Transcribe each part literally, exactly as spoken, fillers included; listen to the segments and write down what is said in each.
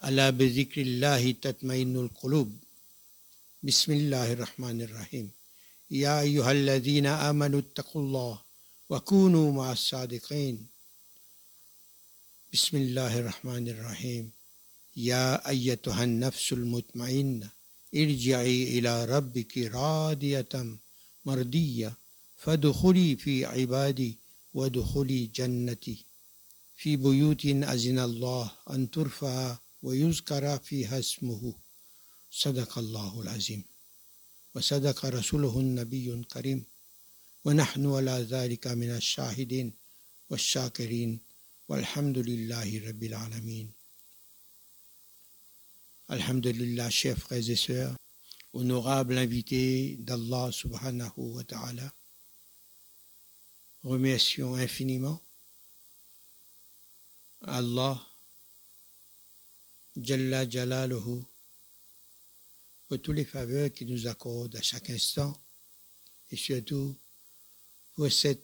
ألا بذكر الله تطمئن القلوب بسم الله الرحمن الرحيم يا أيها الذين آمنوا اتقوا الله وكونوا مع الصادقين بسم الله الرحمن الرحيم يا أيتها النفس المطمئنة ارجعي إلى ربك راضية مرضية فادخلي في عبادي وادخلي جنتي في بيوت أذن الله أن ترفع ويذكر فيها اسمه صدق الله العظيم وصدق رسوله النبي الكريم ونحن على ذلك من الشاهدين والشاكرين والحمد لله رب العالمين. Alhamdulillah, chers frères et sœurs, honorables invités d'Allah subhanahu wa ta'ala, remercions infiniment Allah Jalla Jalaluhu pour toutes les faveurs qu'il nous accorde à chaque instant et surtout pour cette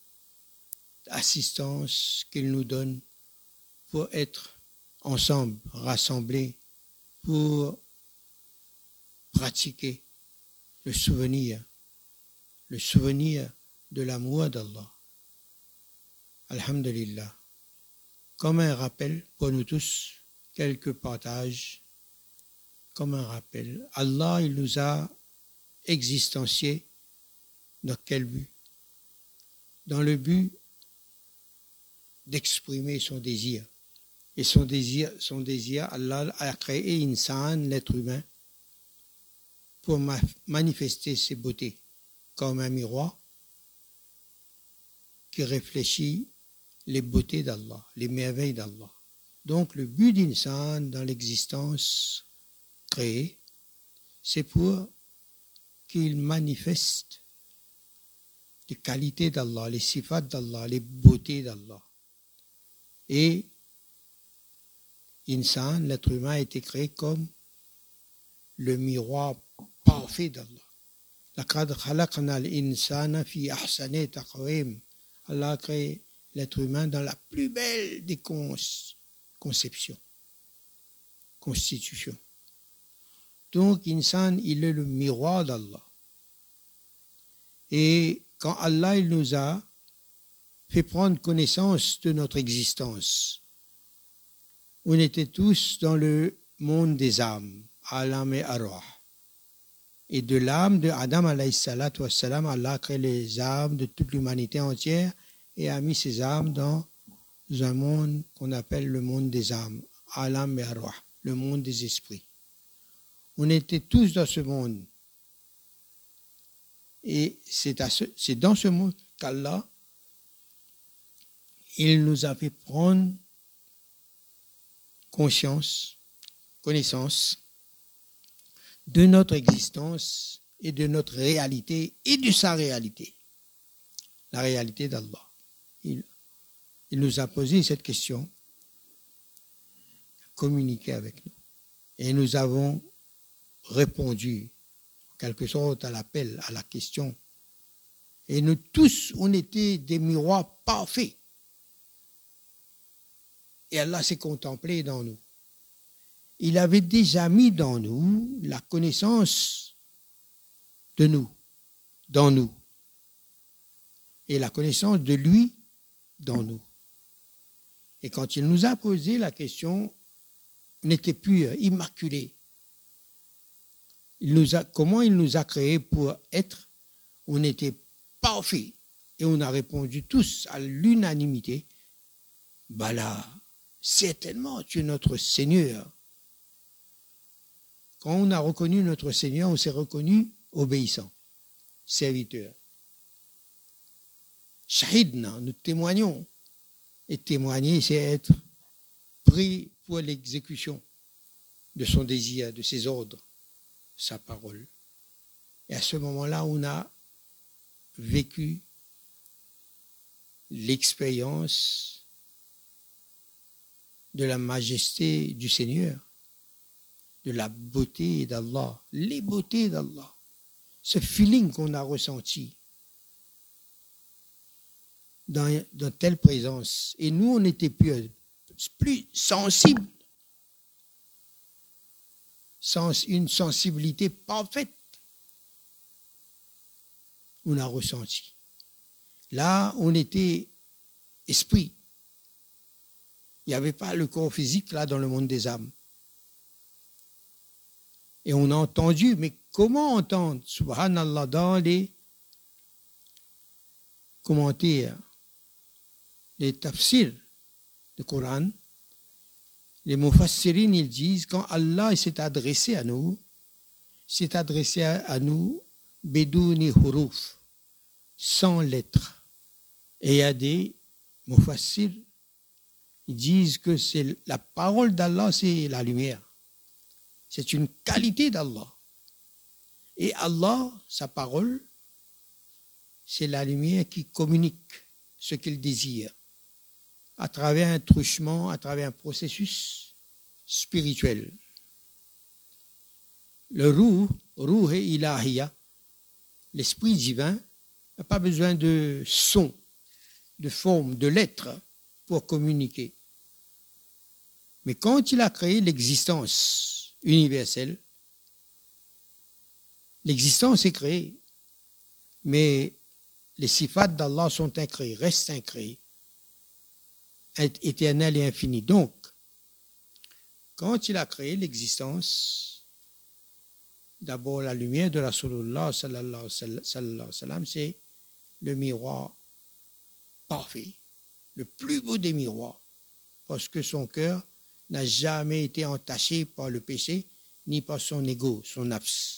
assistance qu'il nous donne pour être ensemble, rassemblés, pour pratiquer le souvenir, le souvenir de l'amour d'Allah. Alhamdulillah. Comme un rappel pour nous tous, quelques partages, comme un rappel. Allah, il nous a existenciés dans quel but? Dans le but d'exprimer son désir. Et son désir, son désir, Allah a créé insan, l'être humain, pour ma- manifester ses beautés, comme un miroir qui réfléchit les beautés d'Allah, les merveilles d'Allah. Donc le but d'insan dans l'existence créée, c'est pour qu'il manifeste les qualités d'Allah, les sifat d'Allah, les beautés d'Allah. Et insan, l'être humain, a été créé comme le miroir parfait d'Allah. لَقَدْ خَلَقْنَا الْإِنسَانَ فِي أَحْسَنِ تَقْوِيمٍ. Allah a créé l'être humain dans la plus belle des conceptions, constitutions. Donc, insan, il est le miroir d'Allah. Et quand Allah, il nous a fait prendre connaissance de notre existence, on était tous dans le monde des âmes, Alam et Arwah. Et de l'âme de Adam alayhi salatu wassalam, Allah a créé les âmes de toute l'humanité entière et a mis ces âmes dans un monde qu'on appelle le monde des âmes, Alam et Arwah, le monde des esprits. On était tous dans ce monde. Et c'est, à ce, c'est dans ce monde qu'Allah, il nous a fait prendre conscience, connaissance de notre existence et de notre réalité et de sa réalité, la réalité d'Allah. Il, il nous a posé cette question, communiqué avec nous, et nous avons répondu en quelque sorte à l'appel, à la question. Et nous tous, on était des miroirs parfaits. Et Allah s'est contemplé dans nous. Il avait déjà mis dans nous la connaissance de nous, dans nous, et la connaissance de lui dans nous. Et quand il nous a posé la question, on n'était plus immaculés. Il nous a, comment il nous a créés pour être? On était parfaits. Et on a répondu tous à l'unanimité, bah là, certainement, tu es notre Seigneur. Quand on a reconnu notre Seigneur, on s'est reconnu obéissant, serviteur. Shahidna, nous témoignons. Et témoigner, c'est être pris pour l'exécution de son désir, de ses ordres, sa parole. Et à ce moment-là, on a vécu l'expérience de la majesté du Seigneur, de la beauté d'Allah, les beautés d'Allah, ce feeling qu'on a ressenti dans, dans telle présence. Et nous, on n'était plus, plus sensibles sens, une sensibilité parfaite. On a ressenti. Là, on était esprit. Il n'y avait pas le corps physique là dans le monde des âmes. Et on a entendu, mais comment entendre, subhanallah, dans les commentaires, les tafsirs du Coran, les mufassirin, ils disent, quand Allah s'est adressé à nous, s'est adressé à nous, bidouni huruf, sans lettres. Et il y a des mufassirs, ils disent que c'est la parole d'Allah, c'est la lumière. C'est une qualité d'Allah. Et Allah, sa parole, c'est la lumière qui communique ce qu'il désire à travers un truchement, à travers un processus spirituel. Le ruh, ruh et ilahiya, l'esprit divin, n'a pas besoin de son, de forme, de lettres pour communiquer. Mais quand il a créé l'existence universelle, l'existence est créée, mais les sifats d'Allah sont incréés, restent incréés, éternels et infinis. Donc, quand il a créé l'existence, d'abord la lumière de Rasulullah sallallahu alayhi wa sallam, c'est le miroir parfait, le plus beau des miroirs, parce que son cœur n'a jamais été entaché par le péché, ni par son ego, son nafs.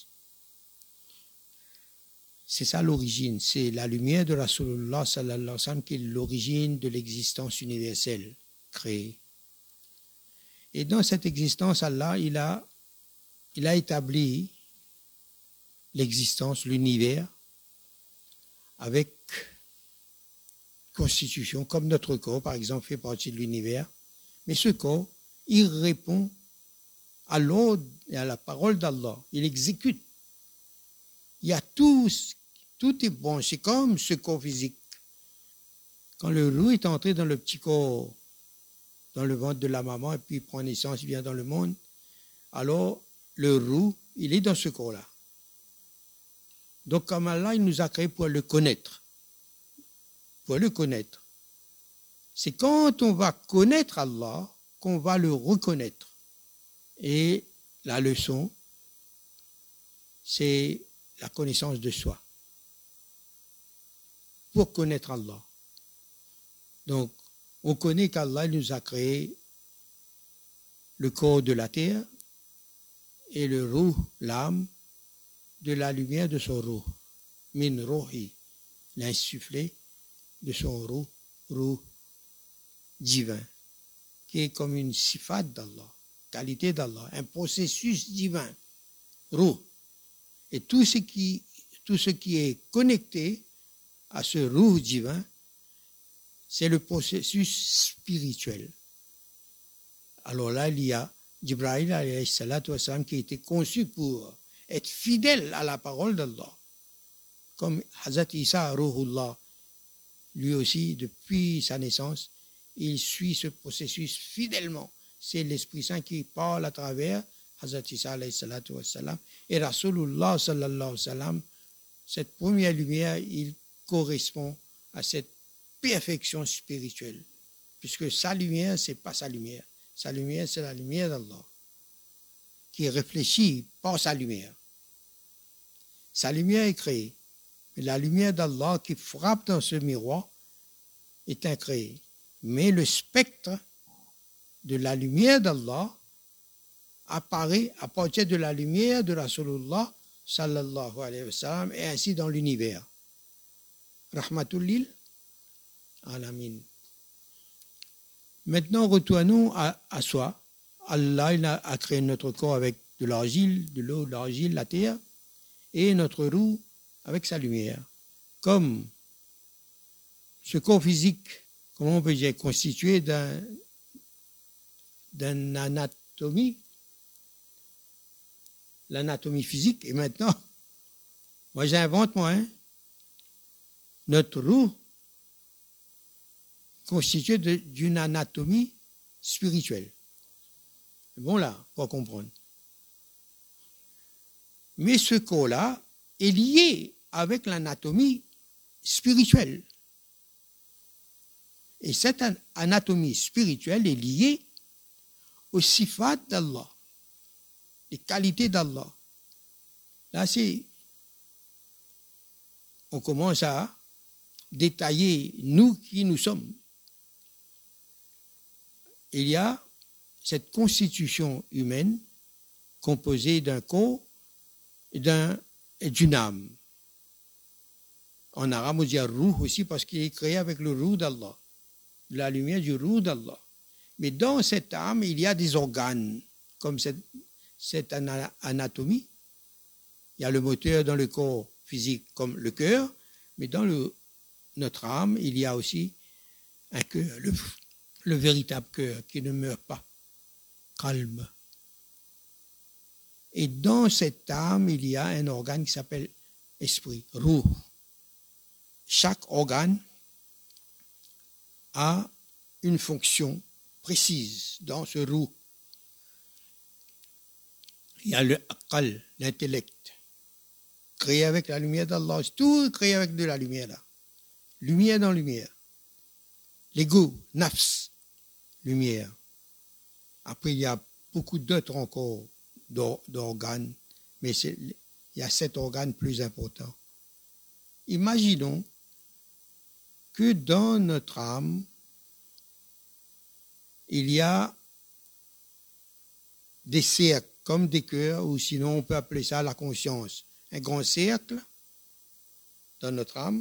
C'est ça l'origine, c'est la lumière de Rasulullah sallallahu alayhi wa sallam qui est l'origine de l'existence universelle créée. Et dans cette existence, Allah, il a, il a établi l'existence, l'univers, avec constitution, comme notre corps, par exemple, fait partie de l'univers. Mais ce corps, il répond à l'ordre et à la parole d'Allah. Il exécute. Il y a tout, tout est bon. C'est comme ce corps physique. Quand le roux est entré dans le petit corps, dans le ventre de la maman, et puis il prend naissance, il vient dans le monde, alors le roux, il est dans ce corps-là. Donc comme Allah, il nous a créés pour le connaître. Pour le connaître. C'est quand on va connaître Allah qu'on va le reconnaître. Et la leçon, c'est la connaissance de soi. Pour connaître Allah. Donc, on connaît qu'Allah nous a créé le corps de la terre et le ruh, l'âme, de la lumière de son ruh. Min ruhi, l'insufflé de son ruh, ruh divin, qui est comme une sifat d'Allah, qualité d'Allah, un processus divin, ruh. Et tout ce qui, tout ce qui est connecté à ce ruh divin, c'est le processus spirituel. Alors là, il y a Jibril alayhi salatu wa salam qui a été conçu pour être fidèle à la parole d'Allah. Comme Hazrat Isa Ruhullah, lui aussi, depuis sa naissance, il suit ce processus fidèlement. C'est l'Esprit Saint qui parle à travers Hazrat Isa alayhi salatu wa salam. Et Rasulullah sallallahu alayhi wa sallam, cette première lumière, il correspond à cette perfection spirituelle. Puisque sa lumière, ce n'est pas sa lumière. Sa lumière, c'est la lumière d'Allah, qui réfléchit par sa lumière. Sa lumière est créée. Mais la lumière d'Allah qui frappe dans ce miroir est incréée. Mais le spectre de la lumière d'Allah apparaît à partir de la lumière de Rasulullah sallallahu alayhi wa sallam et ainsi dans l'univers. Rahmatul lil alamin. Maintenant, retournons à, à soi. Allah il a, a créé notre corps avec de l'argile, de l'eau, de l'argile, la terre, et notre roue avec sa lumière. Comme ce corps physique, comment on peut dire, constitué d'un, d'un anatomie, l'anatomie physique, et maintenant, moi j'invente moi, hein, notre roue constituée de, d'une anatomie spirituelle. Bon là, pour comprendre. Mais ce corps-là est lié avec l'anatomie spirituelle. Et cette anatomie spirituelle est liée aux sifat d'Allah, les qualités d'Allah. Là, c'est, on commence à détailler nous qui nous sommes. Il y a cette constitution humaine composée d'un corps et, d'un, et d'une âme. En arabe, on dit ruh aussi parce qu'il est créé avec le ruh d'Allah, la lumière du ruh d'Allah. Mais dans cette âme, il y a des organes, comme cette, cette anatomie. Il y a le moteur dans le corps physique comme le cœur, mais dans le, notre âme, il y a aussi un cœur, le, le véritable cœur qui ne meurt pas, calme. Et dans cette âme, il y a un organe qui s'appelle esprit, ruh. Chaque organe a une fonction précise dans ce ruh. Il y a le aqal, l'intellect, créé avec la lumière d'Allah. Tout est créé avec de la lumière là. Lumière dans lumière. L'ego, nafs, lumière. Après, il y a beaucoup d'autres encore d'organes, mais c'est, il y a sept organes plus importants. Imaginons que dans notre âme, il y a des cercles comme des cœurs, ou sinon on peut appeler ça la conscience. Un grand cercle dans notre âme,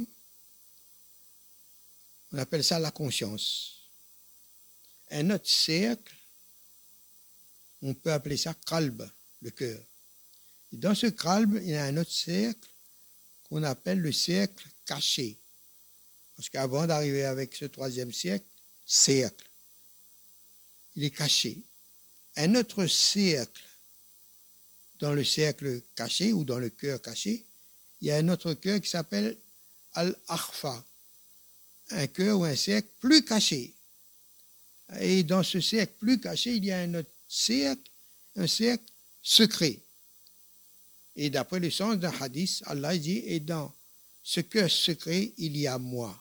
on appelle ça la conscience. Un autre cercle, on peut appeler ça qalb, le cœur. Et dans ce qalb, il y a un autre cercle qu'on appelle le cercle caché. Parce qu'avant d'arriver avec ce troisième cercle, cercle, il est caché. Un autre cercle, dans le cercle caché ou dans le cœur caché, il y a un autre cœur qui s'appelle Al-Akhfa, un cœur ou un cercle plus caché. Et dans ce cercle plus caché, il y a un autre cercle, un cercle secret. Et d'après le sens d'un hadith, Allah dit, et dans ce cœur secret, il y a moi.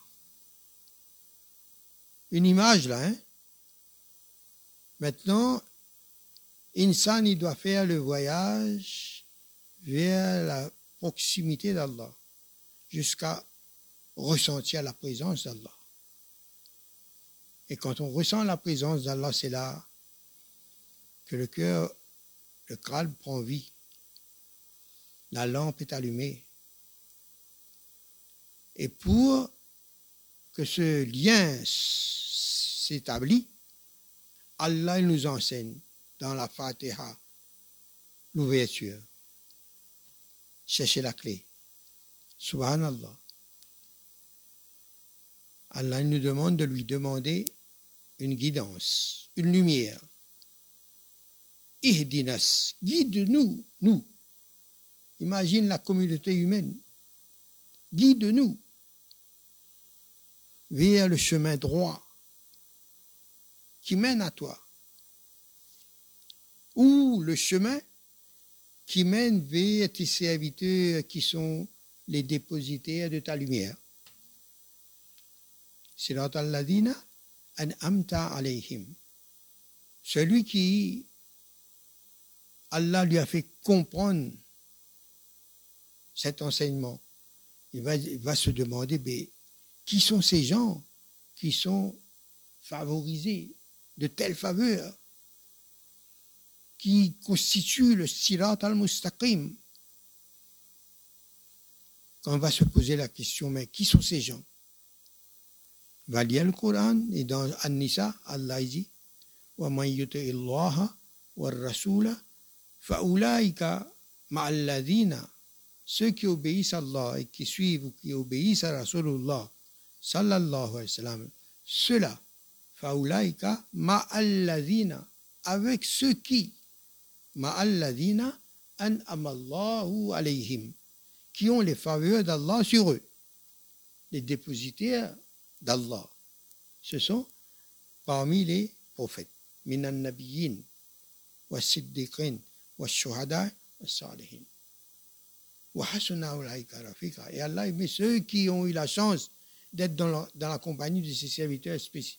Une image là, hein? Maintenant, Insan, il doit faire le voyage vers la proximité d'Allah, jusqu'à ressentir la présence d'Allah. Et quand on ressent la présence d'Allah, c'est là que le cœur, le crâne prend vie. La lampe est allumée. Et pour que ce lien s'établisse, Allah nous enseigne dans la Fatiha l'ouverture. Cherchez la clé. Subhanallah. Allah nous demande de lui demander une guidance, une lumière. Ihdinas, guide-nous, nous. Imagine la communauté humaine. Guide-nous vers le chemin droit qui mène à toi. Ou le chemin qui mène vers tes serviteurs qui sont les dépositaires de ta lumière. Sirat al-ladina an'amta alayhim. Celui qui, Allah lui a fait comprendre cet enseignement, il va, il va se demander, mais qui sont ces gens qui sont favorisés de telles faveurs, qui constituent le sirat al-mustaqim? Quand on va se poser la question, mais qui sont ces gens? Il va lire le Coran, et dans An-Nisa, Allah dit, وَمَنْ يُطِعِ اللَّهَ وَالرَّسُولَ فَأُولَٰئِكَ مَعَ الَّذِينَ. Ceux qui obéissent à Allah et qui suivent ou qui obéissent à Rasulullah sallallahu alayhi wa sallam, ceux-là, فَأُولَٰئِكَ مَعَ الَّذِينَ, avec ceux qui, مَعَ الَّذِينَ أَنْعَمَ اللَّهُ عَلَيْهِمْ, qui ont les faveurs d'Allah sur eux, les dépositaires d'Allah. Ce sont parmi les prophètes, من النبيين والصديقين والشهداء والصالحين. Et Allah aimait ceux qui ont eu la chance d'être dans la, dans la compagnie de ses serviteurs spéciaux.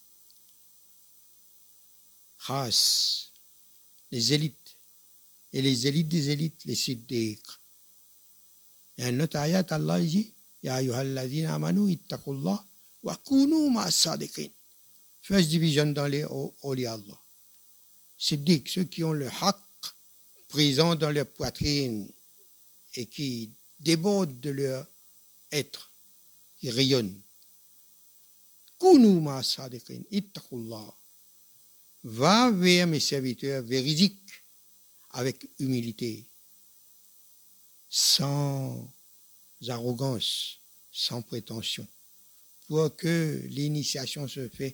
Khas, les élites, et les élites des élites, les siddiq. Il y a une autre ayat, Allah dit, Ya ayyuhalladhina amanu ittaqullah wa kunu ma'as sadiqin. First division dans les awliya Allah. Siddiq, ceux qui ont le haqq présent dans leur poitrine et qui débordent de leur être, qui rayonnent. Kunu ma'as sadiqin, ittaqullah. Va vers mes serviteurs véridiques avec humilité, sans arrogance, sans prétention, pour que l'initiation se fait.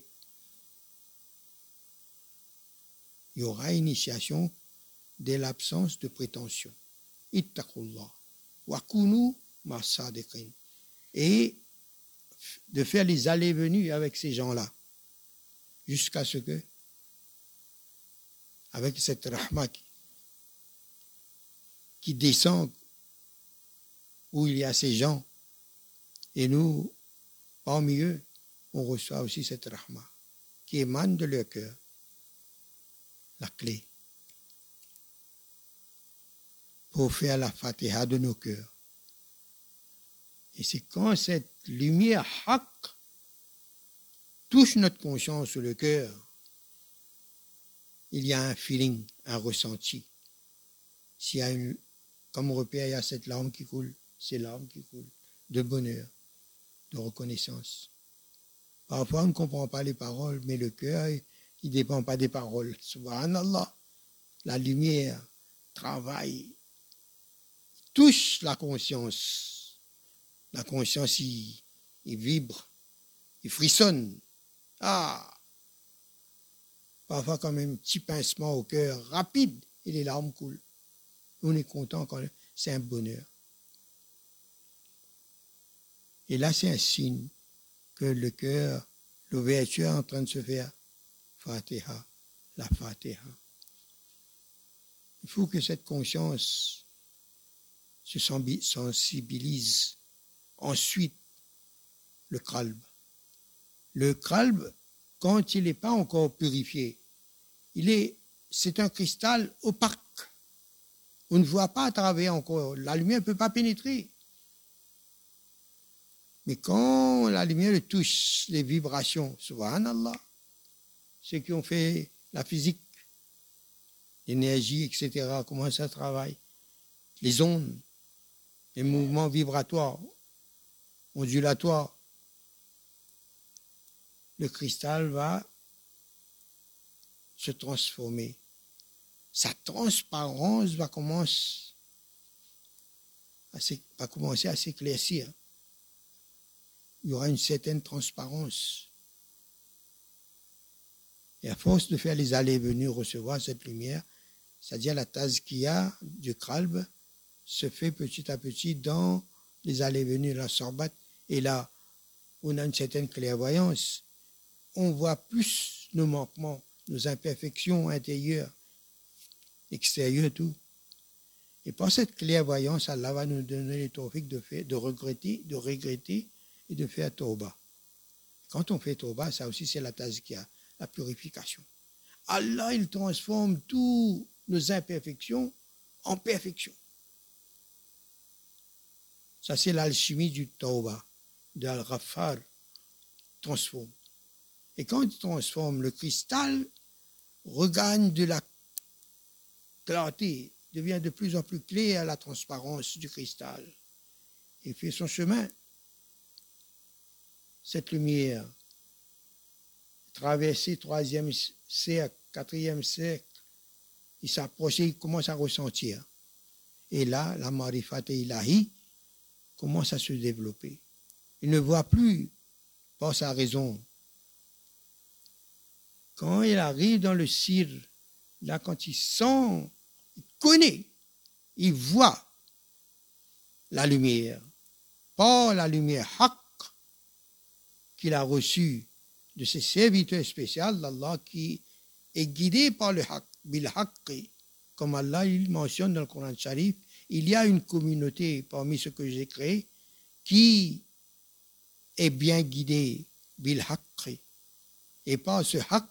Il y aura initiation dès l'absence de prétention. Ittaqullah wa kunu ma'as sadiqin. Et de faire les allées-venues avec ces gens-là, jusqu'à ce que, avec cette rahma qui, qui descend où il y a ces gens, et nous, parmi eux, on reçoit aussi cette rahma qui émane de leur cœur, la clé pour faire la fatiha de nos cœurs. Et c'est quand cette lumière haq touche notre conscience ou le cœur, il y a un feeling, un ressenti. S'il y a une, comme repère, il y a cette larme qui coule, ces larmes qui coulent, de bonheur, de reconnaissance. Parfois, on ne comprend pas les paroles, mais le cœur, il ne dépend pas des paroles. Subhanallah, la lumière travaille, touche la conscience. La conscience, il, il vibre, il frissonne. Ah! Parfois, comme un petit pincement au cœur, rapide, et les larmes coulent. On est content quand c'est un bonheur. Et là, c'est un signe que le cœur, l'ouverture est en train de se faire. Fatiha, la Fatiha. Il faut que cette conscience se sensibilise. Ensuite, le qalb. Le qalb, quand il n'est pas encore purifié, il est, c'est un cristal opaque. On ne voit pas à travers encore. La lumière ne peut pas pénétrer. Mais quand la lumière touche les vibrations, subhanallah, ceux qui ont fait la physique, l'énergie, et cetera, comment ça travaille, les ondes, les mouvements vibratoires, ondulatoires, le cristal va se transformer. Sa transparence va commencer à, va commencer à s'éclaircir. Il y aura une certaine transparence. Et à force de faire les allées et venues, recevoir cette lumière, c'est-à-dire la tazkiya du qalb, se fait petit à petit dans les allées et venues de la sorbat. Et là, on a une certaine clairvoyance. On voit plus nos manquements, nos imperfections intérieures, extérieures, tout. Et par cette clairvoyance, Allah va nous donner les tawfiq de, faire, de regretter, de regretter et de faire tawbah. Quand on fait tawbah, ça aussi c'est la tazkiya, la purification. Allah, il transforme toutes nos imperfections en perfection. Ça c'est l'alchimie du tawbah, de Al-Ghaffar, transforme. Et quand il transforme, le cristal regagne de la clarté, devient de plus en plus clair à la transparence du cristal et fait son chemin. Cette lumière, traversée troisième siècle, quatrième siècle, il s'approche, il commence à ressentir. Et là, la marifat ilahi commence à se développer. Il ne voit plus par sa raison. Quand il arrive dans le sir, là, quand il sent, il connaît, il voit la lumière, par la lumière haq qu'il a reçue de ses serviteurs spéciaux d'Allah qui est guidé par le haq, bil haqqi, comme Allah il mentionne dans le Coran Sharif, il y a une communauté parmi ceux que j'ai créés qui est bien guidée bil haqq, et par ce haqq,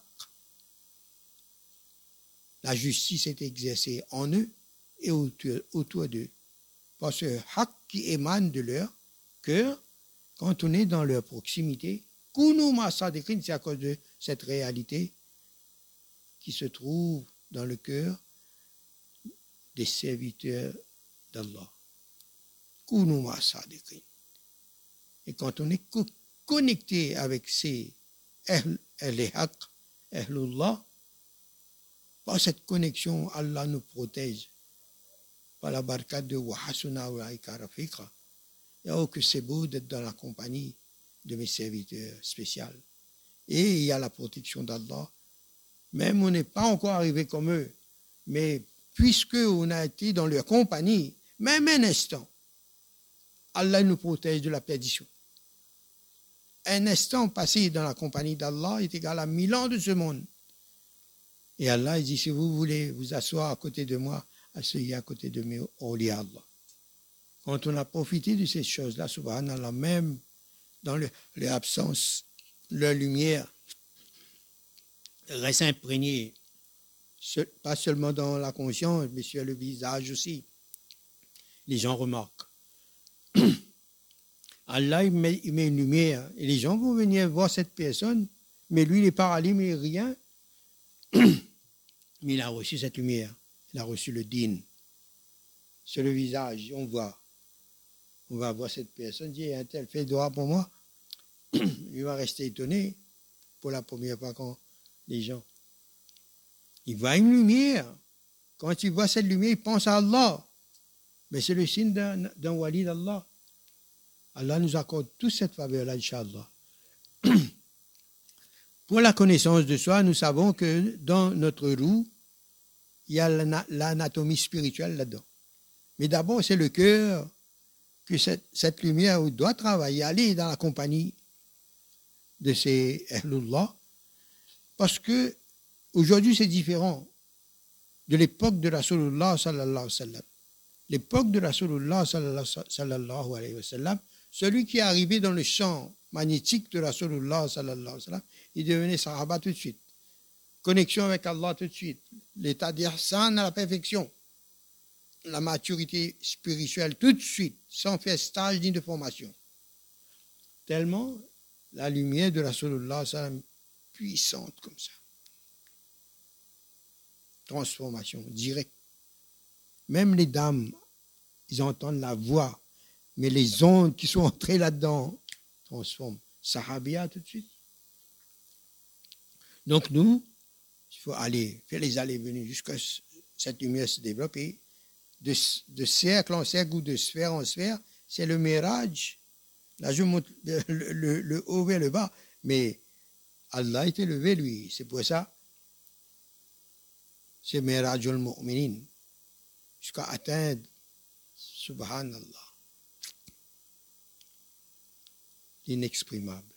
la justice est exercée en eux et autour, autour d'eux. Par ce haqq qui émane de leur cœur, quand on est dans leur proximité, Kounou ma sadiqin, c'est à cause de cette réalité qui se trouve dans le cœur des serviteurs d'Allah. Kounou ma sadiqin. Et quand on est co- connecté avec ces ahl, les haqq, ahlullah, par cette connexion, Allah nous protège. Par la barkat de Wahasuna wa Ikarafika. Et oh, que c'est beau d'être dans la compagnie de mes serviteurs spéciaux. Et il y a la protection d'Allah. Même on n'est pas encore arrivé comme eux, mais puisque on a été dans leur compagnie, même un instant, Allah nous protège de la perdition. Un instant passé dans la compagnie d'Allah est égal à mille ans de ce monde. Et Allah il dit, si vous voulez vous asseoir à côté de moi, asseyez à côté de mes awliya Allah. Quand on a profité de ces choses-là, subhanallah, même dans le, leur absence, leur lumière reste imprégnée, pas seulement dans la conscience, mais sur le visage aussi. Les gens remarquent. Allah, il met, il met une lumière, et les gens vont venir voir cette personne, mais lui, il est paralysé, mais rien. Mais il a reçu cette lumière, il a reçu le din. Sur le visage, on voit. On va voir cette personne, dit, un tel fait droit pour moi. Il va rester étonné pour la première fois quand les gens. Il voit une lumière. Quand il voit cette lumière, il pense à Allah. Mais c'est le signe d'un, d'un wali d'Allah. Allah nous accorde toute cette faveur-là, Inch'Allah. Pour la connaissance de soi, nous savons que dans notre roue, il y a l'anatomie spirituelle là-dedans. Mais d'abord, c'est le cœur que cette, cette lumière doit travailler, aller dans la compagnie de ces ahlullah, parce que aujourd'hui c'est différent de l'époque de Rasulullah sallallahu alayhi wa sallam. L'époque de Rasulullah sallallahu alayhi wa sallam, celui qui est arrivé dans le champ magnétique de Rasulullah sallallahu alayhi wa sallam, il devenait sahaba tout de suite. Connexion avec Allah tout de suite. L'état d'ihsan à la perfection. La maturité spirituelle tout de suite, sans faire stage ni de formation. Tellement la lumière de Rasulullah sallam puissante comme ça. Transformation directe. Même les dames, ils entendent la voix, mais les ondes qui sont entrées là-dedans transforment. Sahabia tout de suite. Donc nous, il faut aller, faire les allées-venues jusqu'à cette lumière se développer. De, de cercle en cercle ou de sphère en sphère, c'est le miraj. Là, je monte le, le, le haut vers le bas, mais Allah est élevé, lui. C'est pour ça, c'est mirajul mu'minin, jusqu'à atteindre, subhanallah, l'inexprimable.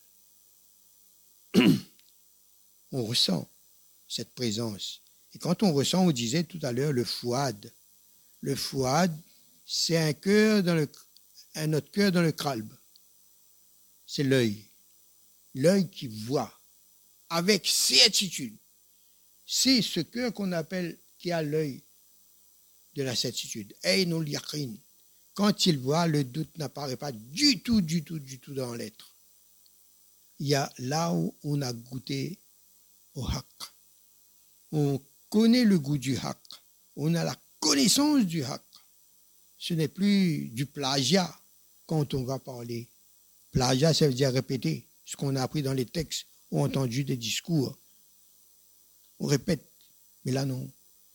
On ressent cette présence. Et quand on ressent, on disait tout à l'heure, le fouad. Le fouad, c'est un cœur dans le, un autre cœur dans le kralb. C'est l'œil. L'œil qui voit avec certitude. C'est ce cœur qu'on appelle, qui a l'œil de la certitude. Aynul yaqin. Quand il voit, le doute n'apparaît pas du tout, du tout, du tout dans l'être. Il y a là où on a goûté au haqq. On connaît le goût du haqq. On a la connaissance du haqq. Ce n'est plus du plagiat quand on va parler. Plagiat, ça veut dire répéter ce qu'on a appris dans les textes ou entendu des discours. On répète, mais là non.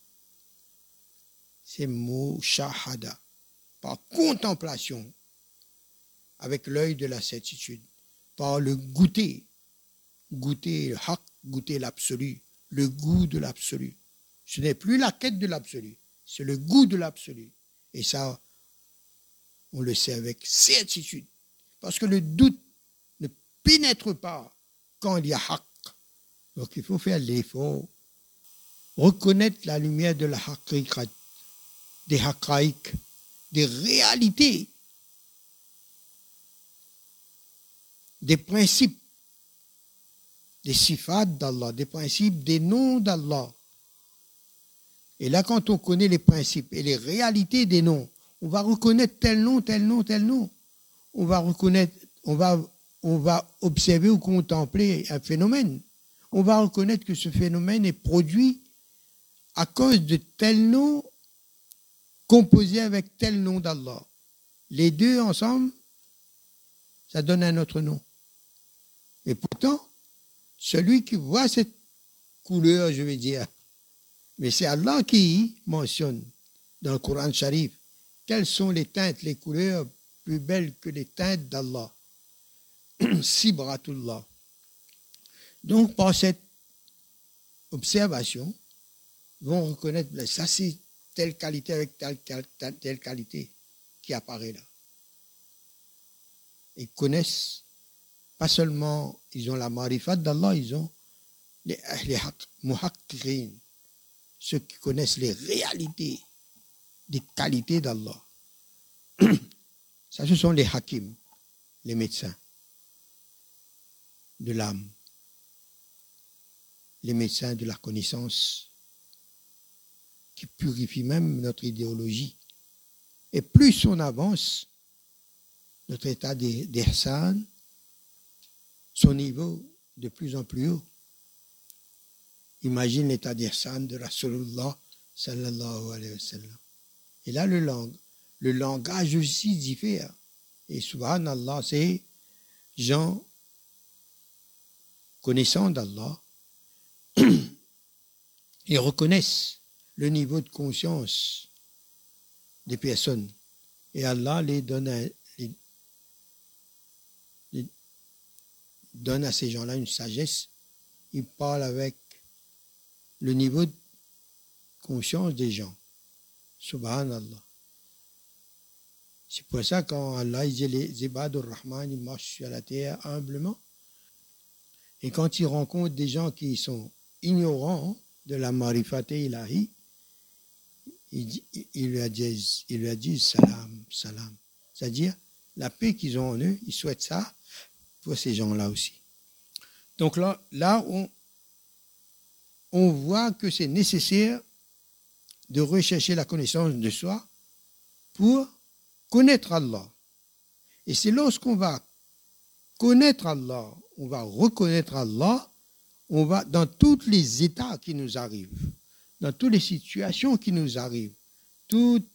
C'est mushahada, par contemplation, avec l'œil de la certitude, par le goûter, goûter le haqq, goûter l'absolu, le goût de l'absolu. Ce n'est plus la quête de l'absolu, c'est le goût de l'absolu. Et ça, on le sait avec certitude. Parce que le doute ne pénètre pas quand il y a haqq. Donc il faut faire l'effort, reconnaître la lumière de la haqiqat, des haqqaïq, des réalités, des principes, des sifat d'Allah, des principes, des noms d'Allah. Et là, quand on connaît les principes et les réalités des noms, on va reconnaître tel nom, tel nom, tel nom. On va reconnaître, on va, on va observer ou contempler un phénomène. On va reconnaître que ce phénomène est produit à cause de tel nom composé avec tel nom d'Allah. Les deux ensemble, ça donne un autre nom. Et pourtant, celui qui voit cette couleur, je vais dire, mais c'est Allah qui mentionne dans le Coran Sharif quelles sont les teintes, les couleurs plus belles que les teintes d'Allah. Sibratullah. Donc, par cette observation, ils vont reconnaître, ça c'est telle qualité avec telle, telle, telle, telle qualité qui apparaît là. Ils connaissent, pas seulement, ils ont la marifat d'Allah, ils ont les, les muhaqqiqin, ceux qui connaissent les réalités des qualités d'Allah. Ça, ce sont les hakim, les médecins de l'âme, les médecins de la connaissance, qui purifient même notre idéologie. Et plus on avance, notre état d'ihsan, son niveau de plus en plus haut. Imagine l'état d'ihsan de Rasulullah sallallahu alayhi wa sallam. Et là, le, lang, le langage aussi diffère. Et subhanallah, c'est gens connaissant d'Allah et reconnaissent le niveau de conscience des personnes. Et Allah les donne à, les, les donne à ces gens-là une sagesse. Ils parlent avec le niveau de conscience des gens. Subhanallah. C'est pour ça quand Allah dit les ibadur Rahman, ils marchent sur la terre humblement. Et quand ils rencontrent des gens qui sont ignorants de la marifat ilahi, ils, ils, lui disent, ils lui disent salam, salam. C'est-à-dire la paix qu'ils ont en eux, ils souhaitent ça pour ces gens-là aussi. Donc là, là on, on voit que c'est nécessaire de rechercher la connaissance de soi pour connaître Allah. Et c'est lorsqu'on va connaître Allah, on va reconnaître Allah, on va dans tous les états qui nous arrivent, dans toutes les situations qui nous arrivent, toutes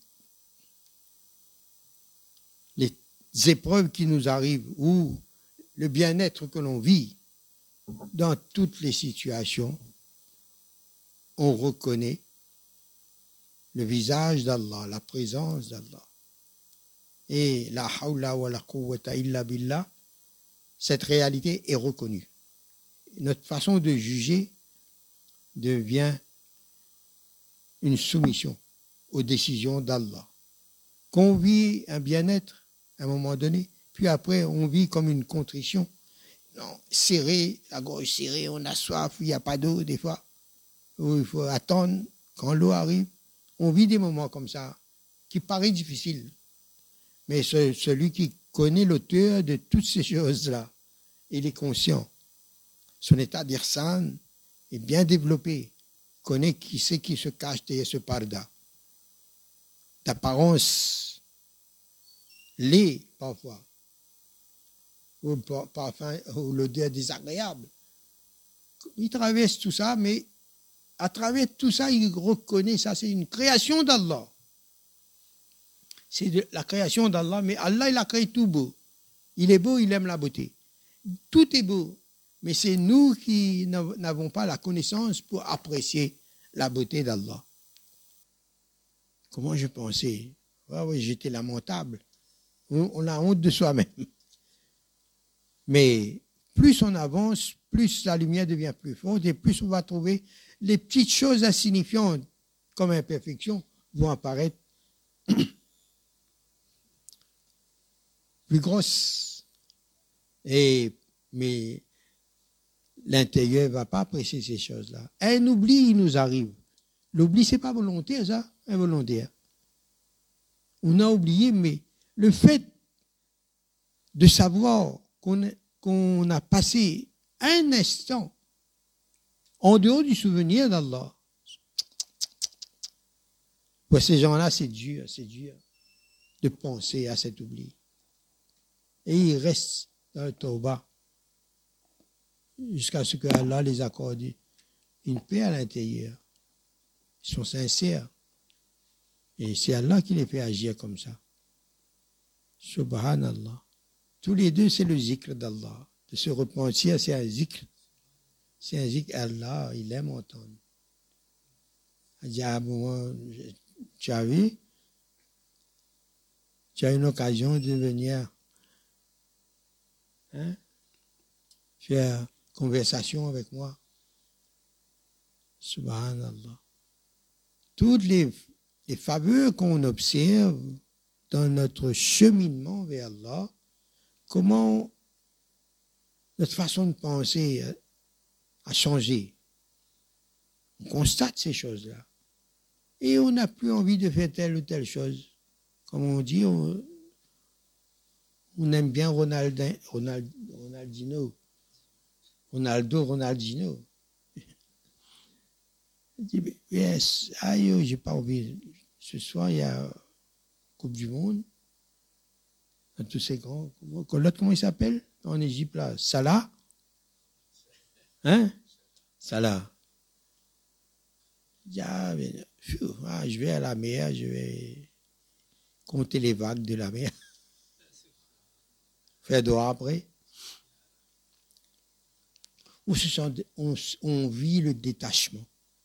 les épreuves qui nous arrivent ou le bien-être que l'on vit, dans toutes les situations, on reconnaît le visage d'Allah, la présence d'Allah. Et la hawla wa la quwwata illa billah, cette réalité est reconnue. Notre façon de juger devient une soumission aux décisions d'Allah. Qu'on vit un bien-être à un moment donné, puis après on vit comme une contrition. Non, serré, la gorge serrée, on a soif, il n'y a pas d'eau des fois, où il faut attendre quand l'eau arrive. On vit des moments comme ça, qui paraissent difficiles. Mais ce, celui qui connaît l'auteur de toutes ces choses-là, il est conscient. Son état d'irsan est bien développé. Il connaît qui c'est qui se cache derrière ce parda. D'apparence laid parfois, ou parfum, ou l'odeur désagréable. Il traverse tout ça, mais à travers tout ça, il reconnaît ça, c'est une création d'Allah. C'est de la création d'Allah, mais Allah, il a créé tout beau. Il est beau, il aime la beauté. Tout est beau, mais c'est nous qui n'avons pas la connaissance pour apprécier la beauté d'Allah. Comment je pensais? Ouais, ouais, j'étais lamentable. On, on a honte de soi-même. Mais plus on avance, plus la lumière devient plus forte et plus on va trouver les petites choses insignifiantes comme imperfections vont apparaître plus grosses. Et, mais l'intérieur ne va pas apprécier ces choses-là. Un oubli, il nous arrive. L'oubli, ce n'est pas volontaire, ça, involontaire. On a oublié, mais le fait de savoir qu'on, qu'on a passé un instant en dehors du souvenir d'Allah, pour ces gens-là, c'est dur, c'est dur de penser à cet oubli. Et ils restent dans le tauba jusqu'à ce que Allah les accorde une paix à l'intérieur. Ils sont sincères. Et c'est Allah qui les fait agir comme ça. Subhanallah. Tous les deux, c'est le zikr d'Allah. De se repentir, c'est un zikr. C'est un zikr. Allah, il aime entendre. Il dit, ah bon, tu as vu, tu as une occasion de venir hein, faire conversation avec moi. Subhanallah. Toutes les, les faveurs qu'on observe dans notre cheminement vers Allah, comment notre façon de penser a changé. On constate ces choses-là. Et on n'a plus envie de faire telle ou telle chose. Comme on dit, on, on aime bien Ronaldin, Ronald, Ronaldinho. Ronaldo, Ronaldinho. Je dis, yes, aïe, j'ai pas envie. Ce soir, il y a Coupe du Monde. Tous ces grands. L'autre, comment il s'appelle en Égypte, là? Salah? Hein? Salah. Ah, mais, pfiou, ah, je vais à la mer, je vais compter les vagues de la mer. Faire doigt après. On, se sent, on, on vit le détachement.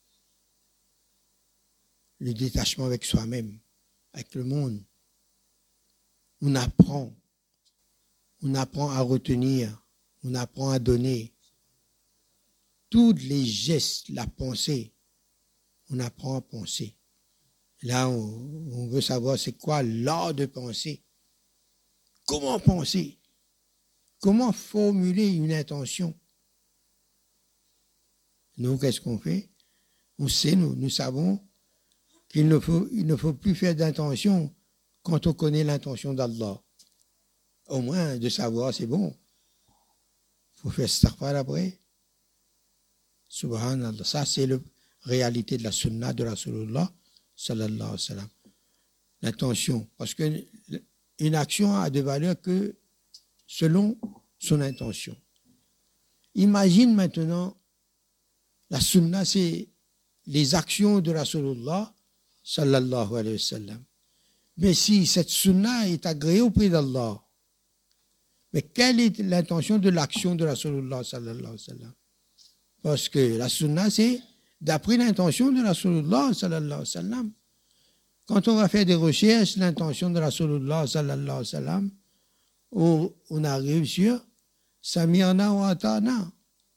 Le détachement avec soi-même, avec le monde. On apprend. On apprend à retenir. On apprend à donner. Tous les gestes, la pensée, on apprend à penser. Là, on, on veut savoir c'est quoi l'art de penser. Comment penser? Comment formuler une intention? Nous, qu'est-ce qu'on fait? On sait, nous, nous savons qu'il ne faut, il ne faut plus faire d'intention quand on connaît l'intention d'Allah. Au moins, de savoir, c'est bon. Il faut faire istighfar après. Subhanallah. Ça, c'est la réalité de la sunna de Rasulullah sallallahu alayhi wa sallam. L'intention. Parce qu'une action a de valeur que selon son intention. Imagine maintenant, la sunna, c'est les actions de Rasulullah sallallahu alayhi wa sallam. Mais si cette sunna est agréée auprès d'Allah, mais quelle est l'intention de l'action de Rasulullah sallallahu alayhi wa sallam? Parce que la sunna, c'est d'après l'intention de Rasulullah sallallahu alayhi wa sallam. Quand on va faire des recherches, l'intention de Rasulullah sallallahu alayhi wa sallam, on, on arrive sur Samirna wa atana.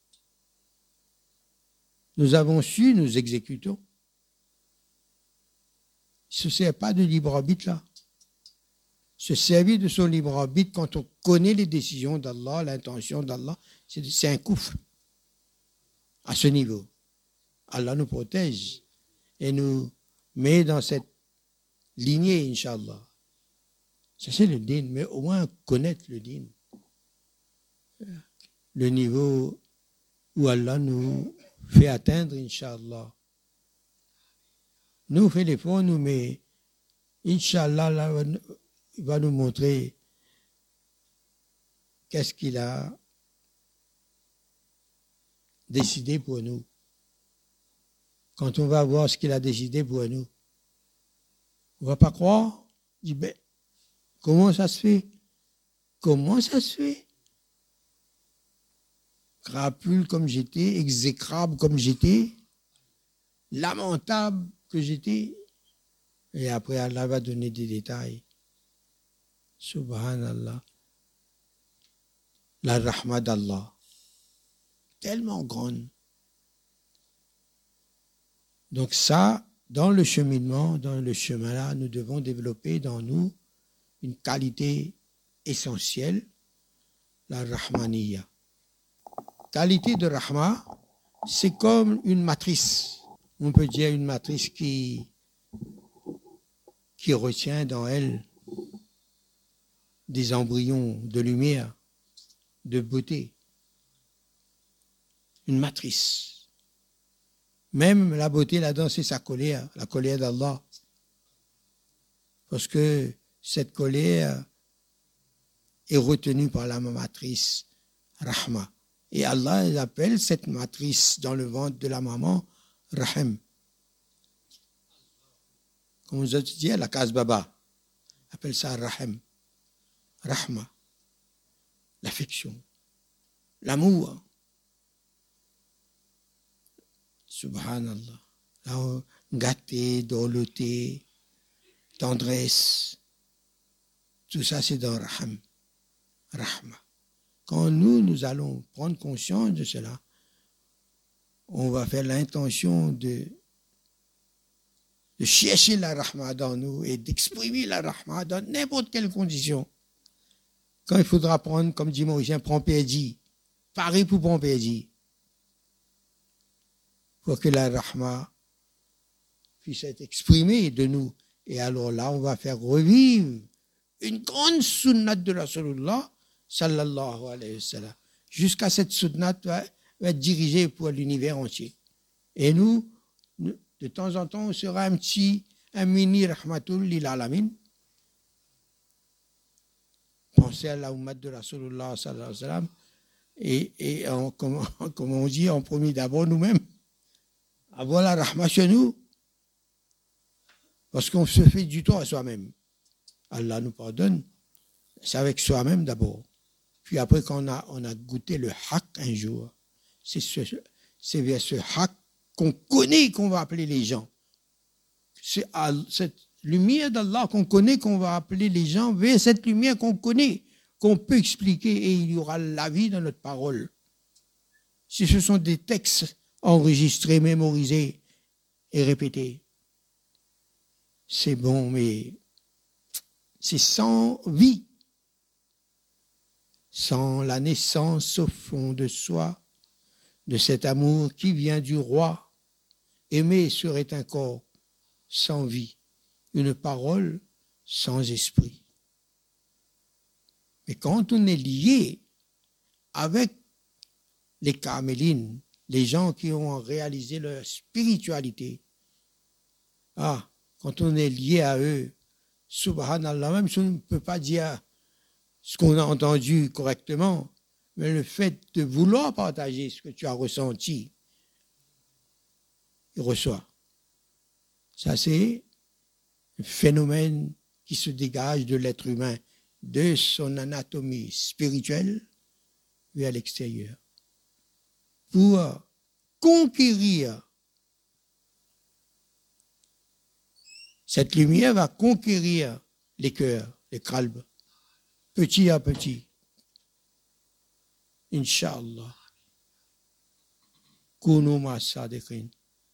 Nous avons su, nous exécutons. Ce n'est pas de libre arbitre là. Se servir de son libre arbitre quand on connaît les décisions d'Allah, l'intention d'Allah, c'est, c'est un coufre. À ce niveau. Allah nous protège et nous met dans cette lignée, Inch'Allah. Ça c'est le din, mais au moins connaître le din. Le niveau où Allah nous fait atteindre, Inch'Allah. Nous fait l'effort, nous, mais Inch'Allah, là, il va nous montrer qu'est-ce qu'il a décidé pour nous. Quand on va voir ce qu'il a décidé pour nous, on ne va pas croire. On dit, ben, comment ça se fait? Comment ça se fait? Crapule comme j'étais, exécrable comme j'étais, lamentable que j'étais. Et après, Allah va donner des détails. Subhanallah. La rahma d'Allah. Tellement grande. Donc ça, dans le cheminement, dans le chemin-là, nous devons développer dans nous une qualité essentielle, la rahmaniyya. Qualité de rahma, c'est comme une matrice. On peut dire une matrice qui, qui retient dans elle des embryons de lumière, de beauté, une matrice. Même la beauté là-dedans, c'est sa colère, la colère d'Allah. Parce que cette colère est retenue par la matrice Rahma. Et Allah elle appelle cette matrice dans le ventre de la maman Rahim. Comme vous avez dit, la case baba appelle ça Rahim. Rahma. L'affection. L'amour. Subhanallah. Là, gâté, dorloté, tendresse. Tout ça, c'est dans Rahim. Rahma. Quand nous, nous allons prendre conscience de cela, on va faire l'intention de, de chercher la Rahma dans nous et d'exprimer la Rahma dans n'importe quelle condition. Quand il faudra prendre, comme dit Mauricien, prends perdi, parer pour prendre perdi, pour que la Rahma puisse être exprimée de nous. Et alors là, on va faire revivre une grande sunnat de Rasulullah, sallallahu alayhi wa sallam. Jusqu'à cette sunnat va, va être dirigée pour l'univers entier. Et nous, nous, de temps en temps, on sera un petit, un mini rahmatul lil alamin. Pensez à la ummat de Rasulullah, sallallahu alayhi wa sallam. Et, et en, comme, comme on dit, en premier d'abord nous-mêmes, avoir la rahma chez nous. Parce qu'on se fait du tort à soi-même. Allah nous pardonne. C'est avec soi-même d'abord. Puis après, quand on a, on a goûté le haq un jour, c'est, ce, c'est vers ce haq qu'on connaît qu'on va appeler les gens. C'est à cette lumière d'Allah qu'on connaît qu'on va appeler les gens, vers cette lumière qu'on connaît, qu'on peut expliquer, et il y aura la vie dans notre parole. Si ce sont des textes enregistrés, mémorisés et répétés, c'est bon, mais c'est sans vie, sans la naissance au fond de soi, de cet amour qui vient du roi. Aimer serait un corps sans vie, une parole sans esprit. Mais quand on est lié avec les camélines, les gens qui ont réalisé leur spiritualité, ah, quand on est lié à eux, subhanallah, même si on ne peut pas dire ce qu'on a entendu correctement, mais le fait de vouloir partager ce que tu as ressenti, il reçoit. Ça, c'est un phénomène qui se dégage de l'être humain, de son anatomie spirituelle vers l'extérieur, pour conquérir. Cette lumière va conquérir les cœurs, les qalbs, petit à petit. Inch'Allah. Kunu ma sadiqin.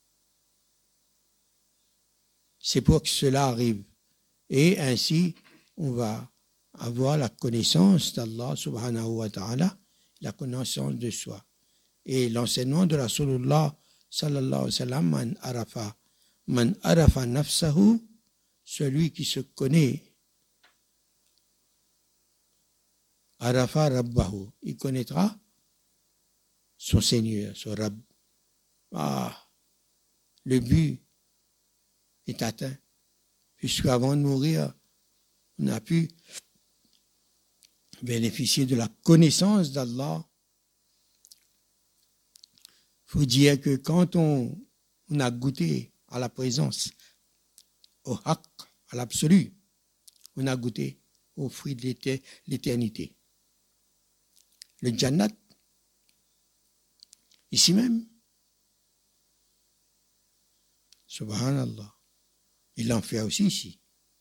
C'est pour que cela arrive. Et ainsi, on va avoir la connaissance d'Allah subhanahu wa ta'ala, la connaissance de soi. Et l'enseignement de Rasulullah sallallahu alayhi wa sallam, man arafa, man arafa nafsahu, celui qui se connaît, arafa rabbahu, il connaîtra son Seigneur, son Rabb. Ah, le but est atteint, puisqu'avant de mourir, on a pu bénéficier de la connaissance d'Allah. Il faut dire que quand on, on a goûté à la présence, au haq, à l'absolu, on a goûté au fruit de l'éternité. Le Jannat, ici même, subhanallah, il en fait aussi ici.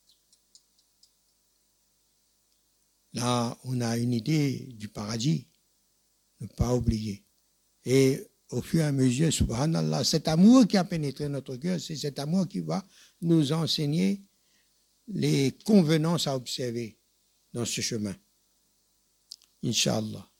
Là, on a une idée du paradis, ne pas oublier. Et au fur et à mesure, subhanallah, cet amour qui a pénétré notre cœur, c'est cet amour qui va nous enseigner les convenances à observer dans ce chemin. Inch'Allah.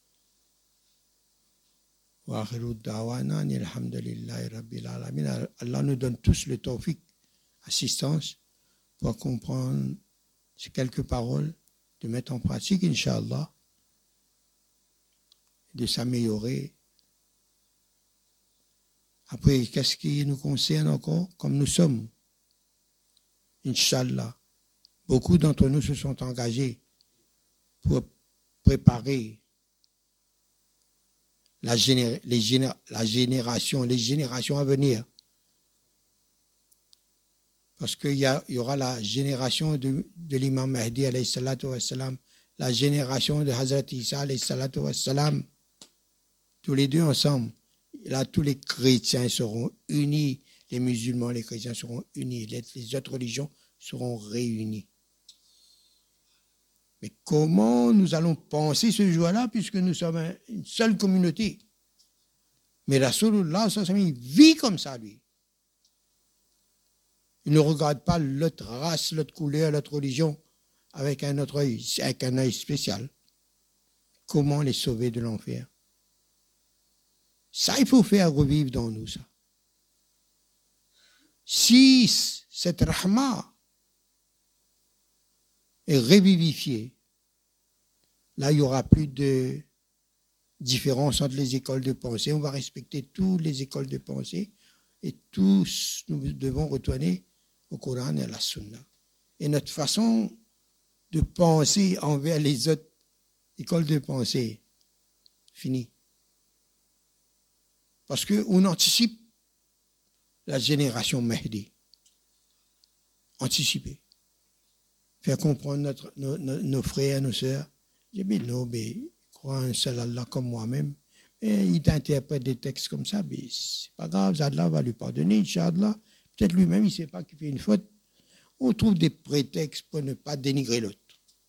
Wa akhiru da'wana alhamdulillahi rabbil alamin. Allah nous donne tous le tawfiq, assistance, pour comprendre ces quelques paroles, de mettre en pratique, Inch'Allah, de s'améliorer. Après, qu'est-ce qui nous concerne encore? Comme nous sommes, Inch'Allah, beaucoup d'entre nous se sont engagés pour préparer la, géné les géné la génération, les générations à venir. Parce qu'il y, y aura la génération de, de l'imam Mahdi, alayhi salatu wassalam, la génération de Hazrat Isa, alayhi salatu wassalam, tous les deux ensemble. Là, tous les chrétiens seront unis, les musulmans, les chrétiens seront unis, les, les autres religions seront réunies. Mais comment nous allons penser ce jour-là, puisque nous sommes une seule communauté? Mais Rasulullah, il vit comme ça, lui. Il ne regarde pas l'autre race, l'autre couleur, l'autre religion avec un autre œil, avec un œil spécial. Comment les sauver de l'enfer? Ça, il faut faire revivre dans nous, ça. Si cette rahma est revivifiée, là, il n'y aura plus de différence entre les écoles de pensée. On va respecter toutes les écoles de pensée et tous, nous devons retourner au Coran et à la Sunna. Et notre façon de penser envers les autres écoles de pensée, fini. Parce qu'on anticipe la génération Mahdi. Anticiper. Faire comprendre notre, nos, nos, nos frères, nos sœurs. J'ai dit, non, mais crois un seul Allah comme moi-même. Et il interprète des textes comme ça, mais c'est pas grave, Allah va lui pardonner, Inch'Allah. Peut-être lui-même, il ne sait pas qu'il fait une faute. On trouve des prétextes pour ne pas dénigrer l'autre.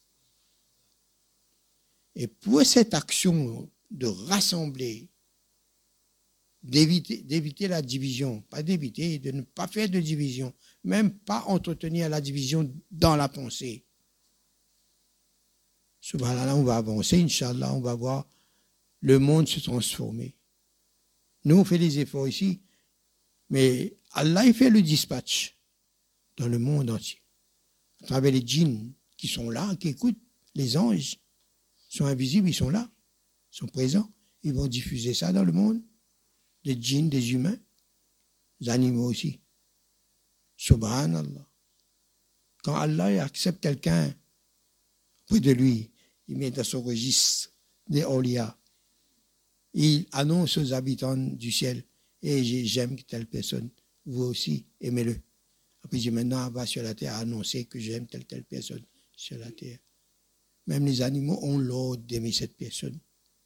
Et pour cette action de rassembler, d'éviter, d'éviter la division, pas d'éviter, de ne pas faire de division, même pas entretenir la division dans la pensée. Subhanallah, on va avancer, Inch'Allah, on va voir le monde se transformer. Nous, on fait des efforts ici, mais Allah, il fait le dispatch dans le monde entier. À travers les djinns qui sont là, qui écoutent, les anges sont invisibles, ils sont là, ils sont présents. Ils vont diffuser ça dans le monde. Des djinns, des humains, des animaux aussi. Subhanallah. Quand Allah accepte quelqu'un près de lui, il met dans son registre des awliya. Il annonce aux habitants du ciel, et j'aime telle personne, vous aussi, aimez-le. Après, il dit maintenant, on va sur la terre annoncer que j'aime telle, telle personne sur la terre. Même les animaux ont l'ordre d'aimer cette personne.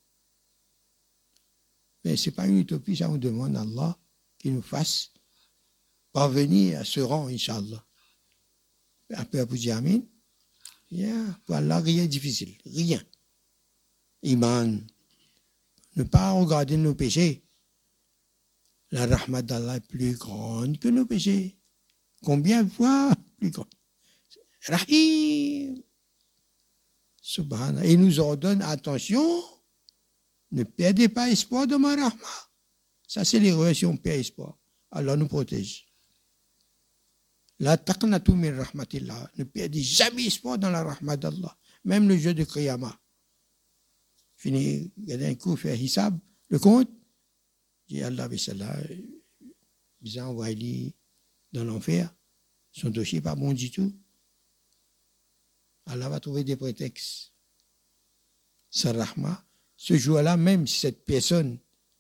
Mais ce n'est pas une utopie, ça on demande à Allah qu'il nous fasse parvenir à ce rang, Inch'Allah. Après, vous dire Amin. Yeah. Pour Allah, rien de difficile, rien. Iman. Ne pas regarder nos péchés. La rahmat d'Allah est plus grande que nos péchés. Combien de fois plus grande? Rahim. Subhanallah. Il nous ordonne, attention, ne perdez pas espoir de ma rahma. Ça, c'est l'erreur si on perd espoir. Allah nous protège. La taqnatu min rahmatillah. Ne perdez jamais espoir dans la rahmat d'Allah. Même le jeu de Qiyamah. Fini, il y a un coup, fait hisab, le compte. Dit Allah, bissallah, ils ont envoyé dans l'enfer. Son dossier n'est pas bon du tout. Allah va trouver des prétextes. Sa rahma. Ce jour-là, même si cette personne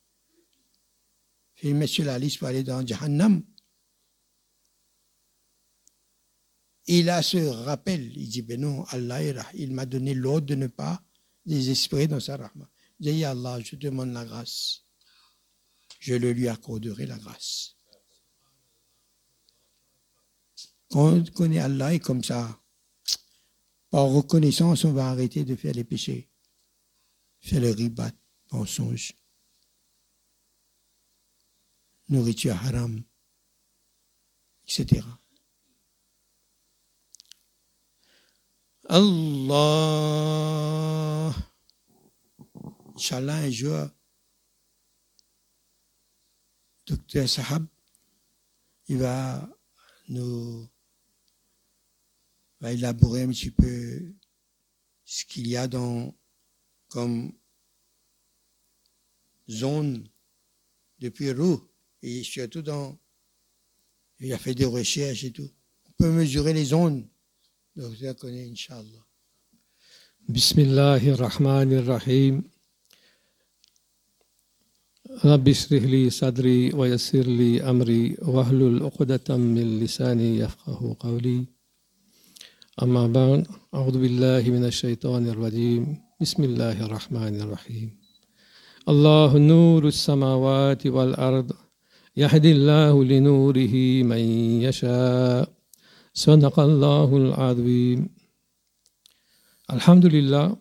fait mettre sur la liste pour aller dans Jahannam, il a ce rappel. Il dit, ben non, Allah, il m'a donné l'ordre de ne pas désespérer dans sa rahma. Il dit, Allah, je te demande la grâce. Je le lui accorderai la grâce. Quand on connaît Allah et comme ça, par reconnaissance, on va arrêter de faire les péchés. Faire le ribat, mensonge, nourriture haram, et cetera. Allah, Inch'Allah, un jour, docteur Sahab, il va nous va élaborer un petit peu ce qu'il y a dans, comme zone de Pérou, et surtout dans, il a fait des recherches et tout. On peut mesurer les zones. Donc, je la connais, Inch'Allah. Bismillahirrahmanirrahim. Rabbi ishrih li sadri wa yassir li amri wahlul uqdatam min lisani yafqahu qawli. Amma ba'd, a'udhu billahi minash shaitanir rajim. Bismillahirrahmanirrahim. Allahu nurus samawati wal ard. Yahdillahu li nurihi man yasha. Sadaqallahul azim. Alhamdulillah,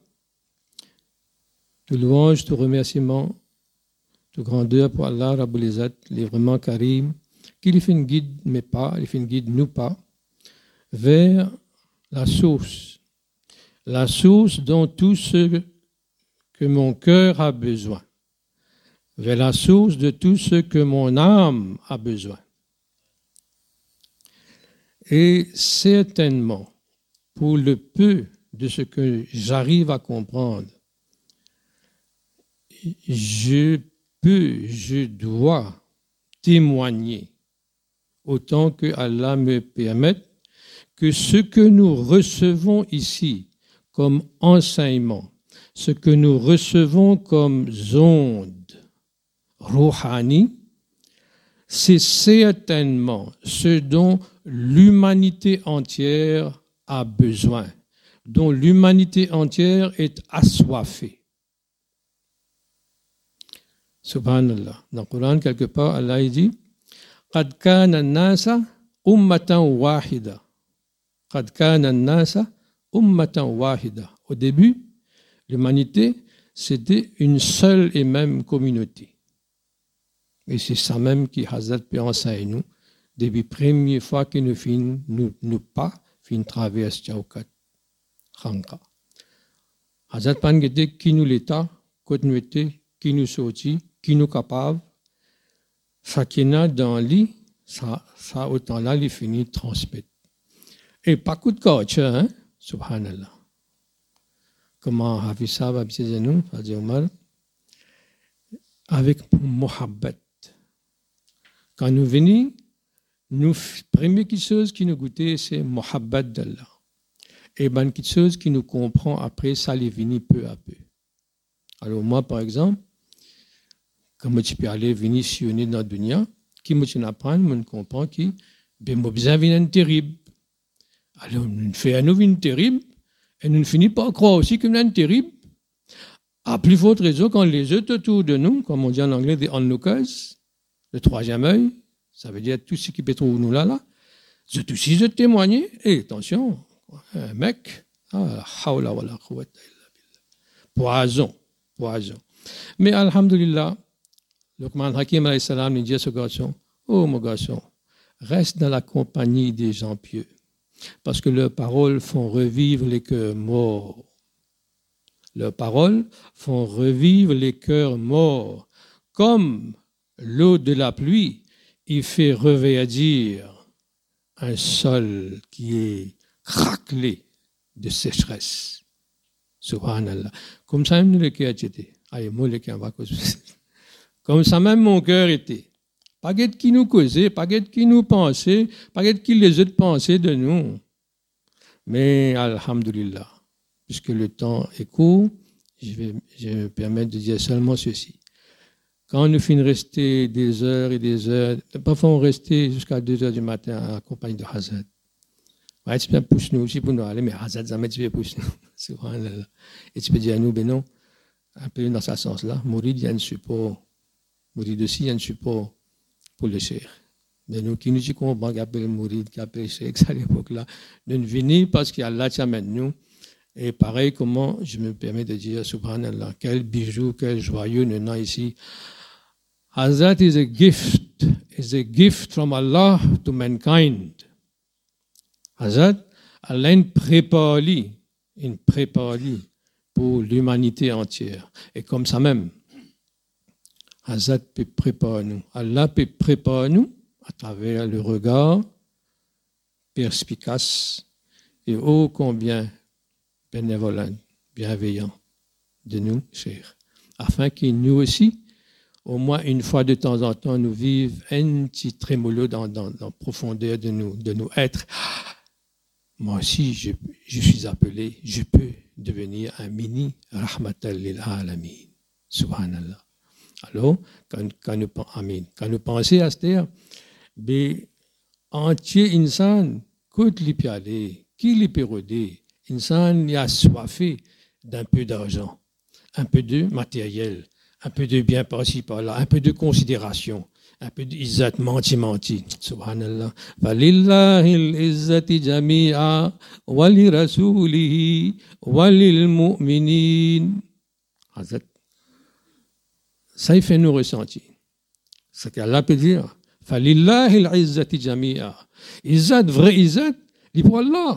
de louange, de remerciement, de grandeur pour Allah, Rabbul Izzat, il est vraiment Karim, qui lui fait une guide, mais pas, il fait une guide, nous pas, vers la source, la source dont tout ce que mon cœur a besoin, vers la source de tout ce que mon âme a besoin. Et certainement, pour le peu de ce que j'arrive à comprendre, je peux, je dois témoigner autant que Allah me permette que ce que nous recevons ici comme enseignement, ce que nous recevons comme onde rouhani, c'est certainement ce dont l'humanité entière a besoin, dont l'humanité entière est assoiffée. Subhanallah. Dans le Coran, quelque part, Allah dit قَدْ كَانَ النَّاسَ أُمَّةً وَاحِدَةً قَدْ كَانَ النَّاسَ أُمَّةً وَاحِدَةً. Au début, l'humanité, c'était une seule et même communauté. Et c'est ça même qui Hazrat peut enseigner nous, depuis la première fois que nous finissons, nous, nous pas, fin traverse Tchaukat, Khanka. Hazrat Pan était qui nous l'état, côté nous était, qui nous sorti, qui nous capable, ça qui est dans lit, ça, ça autant là, il finit de transmettre. Et pas coup de coach, hein, subhanallah. Comment Hafiz Sahab a dit nous, Fadi Omar, avec Mohabbat. Quand nous venons, nous, première chose qui nous goûtait, c'est Mohabbat d'Allah. Et ben, quelque chose qui nous comprend après, ça les vient peu à peu. Alors moi, par exemple, quand je peux aller venir sillonner dans la dunya, qui me tient à apprendre, je comprends qui, ben, moi, besoin d'un terrible. Alors, nous faisons un nouveau terrible, et nous ne finissons pas à croire aussi que nous un terrible. À plus forte raison, quand les autres autour de nous, comme on dit en anglais, des onlookers, le troisième œil, ça veut dire tout ce qui peut trouver nous là, là, je te aussi de témoigner, et attention, un mec, ah, hawla wa la quwwata illa billah. Poison, poison. Mais alhamdulillah, Luqman Hakim alayhi salam lui dit à ce garçon, oh mon garçon, reste dans la compagnie des gens pieux, parce que leurs paroles font revivre les cœurs morts. Leurs paroles font revivre les cœurs morts, comme l'eau de la pluie, il fait reverdir un sol qui est craquelé de sécheresse. Subhanallah. Comme ça même le cœur était. Comme ça même mon cœur était. Pas de qui nous causait, pas de qui nous pensait, pas de qui les autres pensaient de nous. Mais alhamdulillah, puisque le temps est court, je vais, je vais me permettre de dire seulement ceci. Quand nous finissons rester des heures et des heures, parfois on restait jusqu'à deux heures du matin en compagnie de Hazrat. Ouais, tu peux pousser nous aussi pour nous aller, mais Hazrat jamais tu peux pousser nous. Et tu peux dire à nous, ben non, un peu dans ce sens-là, Mourid, il y a un support. Mourid aussi, il y a un support pour le cheikh. Mais nous qui nous disons qu'on va appeler Mourid, qui appelle le cheikh, à l'époque-là, de nous venir parce qu'il y a Allah qui amène nous. Et pareil, comment je me permets de dire, subhanallah, quel bijou, quel joyeux nous avons ici. Hazrat is a gift, is a gift from Allah to mankind. Hazrat, Allah prépare lui, il prépare lui pour l'humanité entière. Et comme ça même, Hazrat peut préparer nous. Allah peut préparer nous à travers le regard perspicace et ô combien bénévolent, bienveillant de nous, chers, afin que nous aussi, au moins une fois de temps en temps, nous vivions un petit trémolo dans, dans, dans la profondeur de nous, de nous être. Moi aussi, je, je suis appelé, je peux devenir un mini rahmatal lil alamin. Subhanallah. Alors, quand, quand, nous, amin, quand nous pensons à cette ben, entier insan, coûte li pialé, qui li pérodé, insan y a soifé d'un peu d'argent, un peu de matériel, un peu de bien par-ci par-là, un peu de considération, un peu d'izzat menti-menti. Subhanallah. Falillahi al-izzati jami'a wa li rasulihi wa lil mu'minin. Ça, il fait nous ressentir. Ce qu'Allah peut dire. Falillahi al-izzati jami'a. Izzat, vrai izzat, il pour Allah.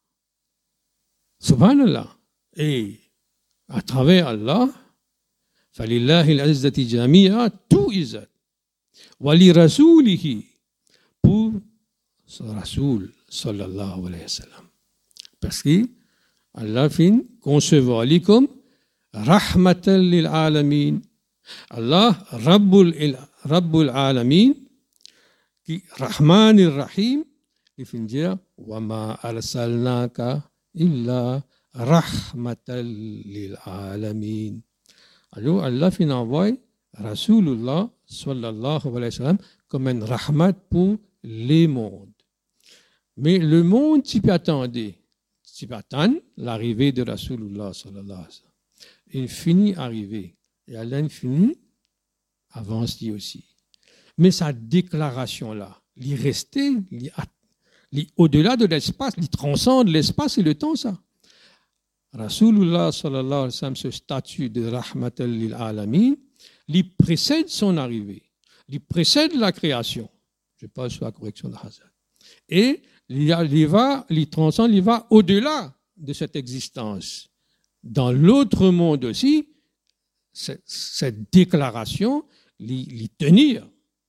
Subhanallah. Et à travers Allah, Falillahi al-izzati jami'a, tout izzat. Wali rasulihi, pour ce rasoul, sallallahu alayhi wa sallam. Parce que Allah fin concevoir lui comme rahmatan lil alamin. Allah, Rabbul, Rabbul alamin, qui Rahman ar-Rahim, il fin dire wa ma arsalnaka illa rahmatan lil alamin. Alors, Allah fin envoie Rasulullah sallallahu alayhi wa sallam comme un rahmat pour les mondes. Mais le monde, tu peux attendre, tu peux attendre l'arrivée de Rasulullah sallallahu alayhi wa sallam. Il finit arriver. Et Allah finit avance lui aussi. Mais sa déclaration là, il restait, au-delà de l'espace, il transcende l'espace et le temps ça. Rasulullah sallallahu alayhi wa sallam, ce statut de rahmatal lil alamin, il précède son arrivée, il précède la création. Je passe sur la correction de Hazard. Et il va, il transcende, il va au-delà de cette existence. Dans l'autre monde aussi, cette, cette déclaration, il tenir.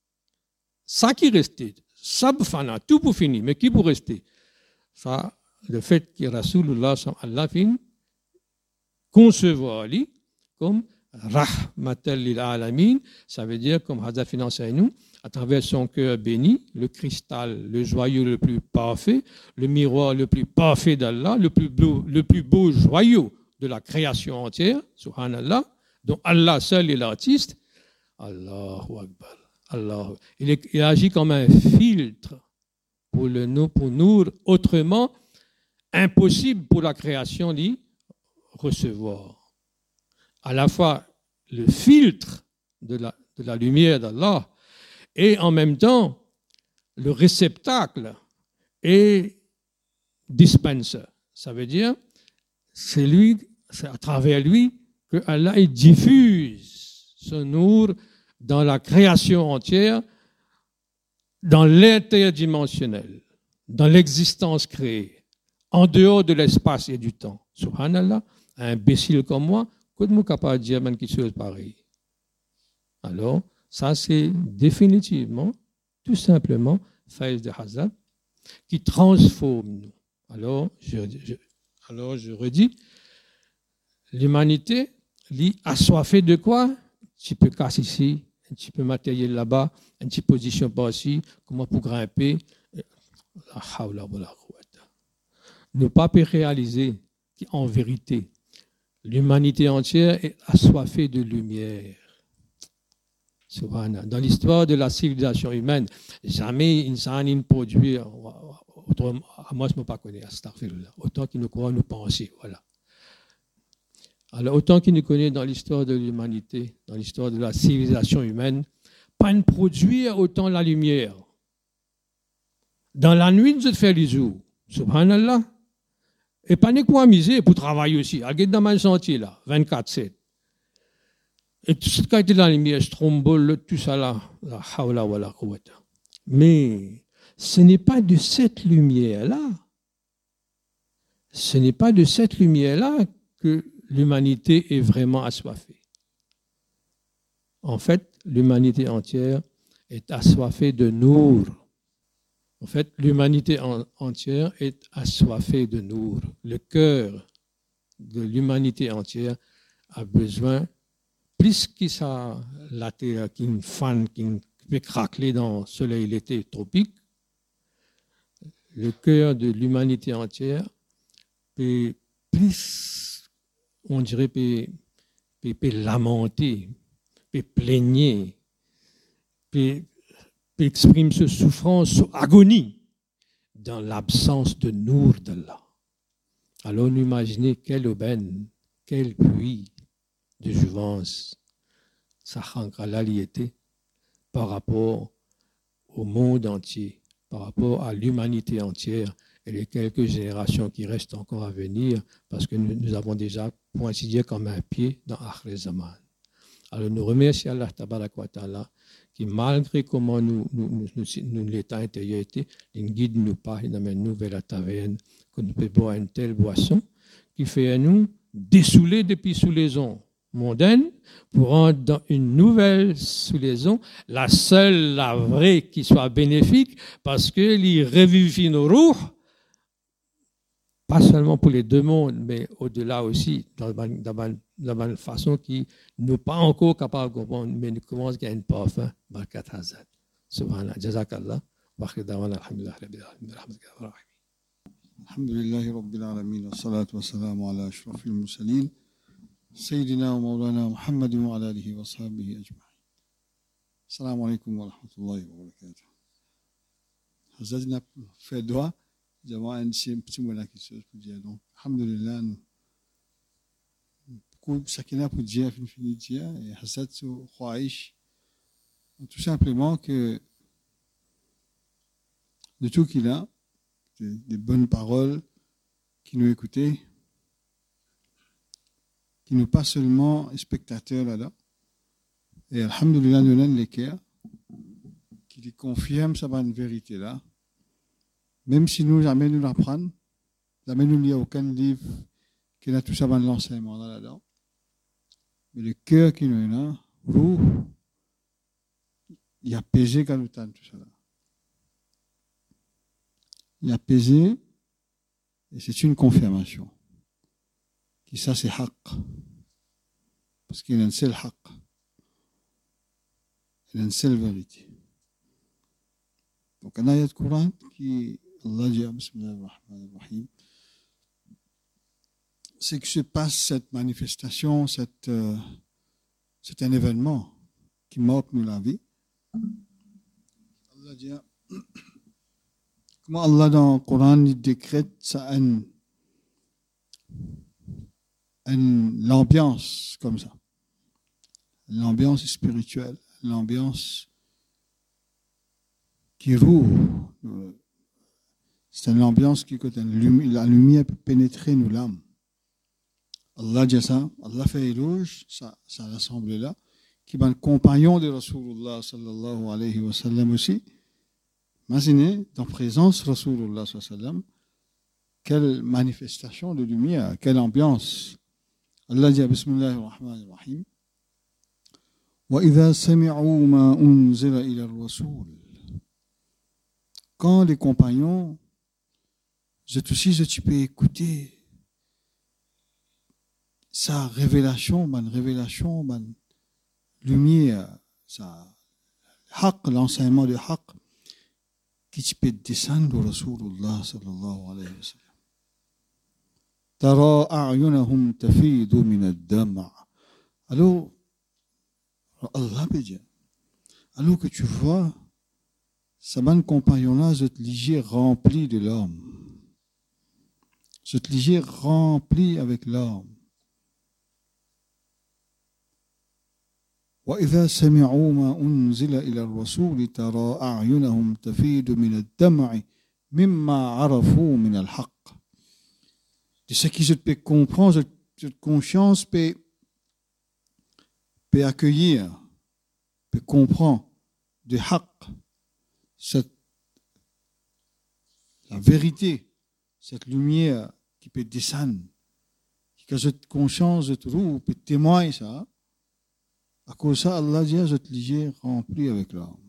Ça qui restait, ça fana, tout pour finir, mais qui pour rester? Ça, le fait que Rasulullah Allah fin concevoir lui comme rahmatal lil alamin, ça veut dire comme Hazrat finance à nous, à travers son cœur béni, le cristal, le joyau le plus parfait, le miroir le plus parfait d'Allah, le plus beau, le plus beau joyau de la création entière, subhanallah, dont Allah seul est l'artiste. Allahu Akbar. Allah. Il, est, il agit comme un filtre pour, le, pour nous, autrement impossible pour la création d'y recevoir. À la fois le filtre de la, de la lumière d'Allah et en même temps le réceptacle et dispenser. Ça veut dire c'est lui, c'est à travers lui que Allah diffuse son nour dans la création entière, dans l'interdimensionnel, dans l'existence créée, en dehors de l'espace et du temps. Subhanallah, un imbécile comme moi, comment capable de dire quelque chose pareil? Alors, ça c'est définitivement, tout simplement, Faiz de Hazab, qui transforme nous. Alors, je, je, alors, je redis, l'humanité, l'y assoiffée de quoi? Un petit peu casse ici, un petit peu matériel là-bas, une petite position par ici, comment pour grimper. La hawla wa la quwwata. Ne pas réaliser qu'en vérité, l'humanité entière est assoiffée de lumière. Subhanallah. Dans l'histoire de la civilisation humaine, jamais insan ne produit, à moi je ne me pas connais, autant qu'il nous croit nous penser. Voilà. Alors, autant qu'il nous connaît dans l'histoire de l'humanité, dans l'histoire de la civilisation humaine, pas ne produire autant la lumière. Dans la nuit, nous fait les jours. Subhanallah. Et pas ne quoi miser pour travailler aussi. Regarde dans mon chantier là, vingt-quatre sept. Et tout ce qui a été dans la lumière, strombole, tout ça là, la hawla wa la quwwata. Mais ce n'est pas de cette lumière-là, ce n'est pas de cette lumière-là que l'humanité est vraiment assoiffée. En fait, l'humanité entière est assoiffée de nour. En fait, l'humanité en, entière est assoiffée de Nour. Le cœur de l'humanité entière a besoin, plus que ça, la terre qui est fan, qui peut craquer dans le soleil l'été tropique, le cœur de l'humanité entière peut plus, on dirait, peut, peut, peut lamenter, peut plaigner, peut, peut exprimer sa souffrance, sa agonie dans l'absence de Nour d'Allah. Alors, on imagine quelle aubaine, quel puits de jouvence ça était par rapport au monde entier, par rapport à l'humanité entière et les quelques générations qui restent encore à venir, parce que nous, nous avons déjà, pour ainsi dire, comme un pied dans Akhir Zaman. Alors nous remercions Allah Tabarak wa Ta'ala qui, malgré comment nous, nous, nous, nous, nous l'état intérieur était, il guide nous pas, il amène nous vers la taverne, que nous pouvons boire une telle boisson qui fait à nous dessouler depuis sous-laison mondaine pour rentrer dans une nouvelle sous-laison, la seule, la vraie qui soit bénéfique, parce qu'il revivifie nos roues, pas seulement pour les deux mondes, mais au-delà aussi, dans la façon qui n'est pas encore capable de comprendre, mais nous commence à une parfum, Barkat Hazad. Subhanallah, Jazakallah, Bakhir Dawan, Alhamdulillah, Rabbil Alamin, Rahmatika wa Rahim. Alhamdulillahi Rabbil Alamin, wa salatu wa salamu ala ashrafil mursalin, Sayyidina wa Mawlana Muhammadin wa ala alihi wa sahbihi ajma'in. Assalamu alaikum wa rahmatullahi wa barakatuh. Hazad n'a fait droit. J'avais un petit mot là qui se pour dire donc alhamdulillah nous beaucoup chacun pour dire fini dire et hasad sur khouaish tout simplement que de tout qu'il a des, des bonnes paroles qui nous écoutaient qui nous pas seulement spectateurs là-dedans et alhamdulillah nous donne les cœurs qui lui confirme sa bonne vérité là. Même si nous jamais nous l'apprendre, jamais nous lire aucun livre qui a tout ça dans l'enseignement là-dedans. Mais le cœur qui nous est là, vous, il a pesé quand nous tente tout ça là. Il a pesé, et c'est une confirmation. Qui ça c'est haq. Parce qu'il y a une seule haq. Il y a une seule vérité. Donc un ayat de Coran qui Allah dit, Bismillahirrahmanirrahim, c'est que se passe cette manifestation, cette, euh, c'est un événement qui marque nous la vie. Allah dit, comment Allah dans le Coran il décrète ça une, une, l'ambiance comme ça, l'ambiance spirituelle, l'ambiance qui roule. C'est une ambiance qui, quand la lumière peut pénétrer nos l'âme. Allah dit ça, Allah fait éloge, ça, ça rassemble là, qui est un compagnon de Rasulullah sallallahu alayhi wa sallam aussi. Imaginez, dans présence Rasulullah sallallahu alayhi wa sallam, quelle manifestation de lumière, quelle ambiance. Allah dit, Bismillahirrahmanirrahim, wa idha sami'u ma unzila ila ar-rasul. Quand les compagnons, je aussi, je tu peux écouter sa révélation, ma révélation, ma lumière, sa haq, l'enseignement de haq, qui tu peux descendre au Rasulullah sallallahu alayhi wa sallam. Tara a'yunahum tafidu min ad-dam'. Alors, Allah peut dire, alors que tu vois, ce bon compagnon-là, je te ligier rempli de larmes. Je te ligier rempli avec larmes. وإذا سمعوا ما أنزل إلى الرسول ترى أعينهم تفيض من الدمع مما عرفوا من الحق. De ce qui je peux comprendre, cette conscience peut, peut accueillir, peut comprendre de haq, cette, la vérité, cette lumière qui peut descendre, que cette conscience, cette roue peut témoigner ça. À cause de ça, Allah dit, je te lié rempli avec l'âme.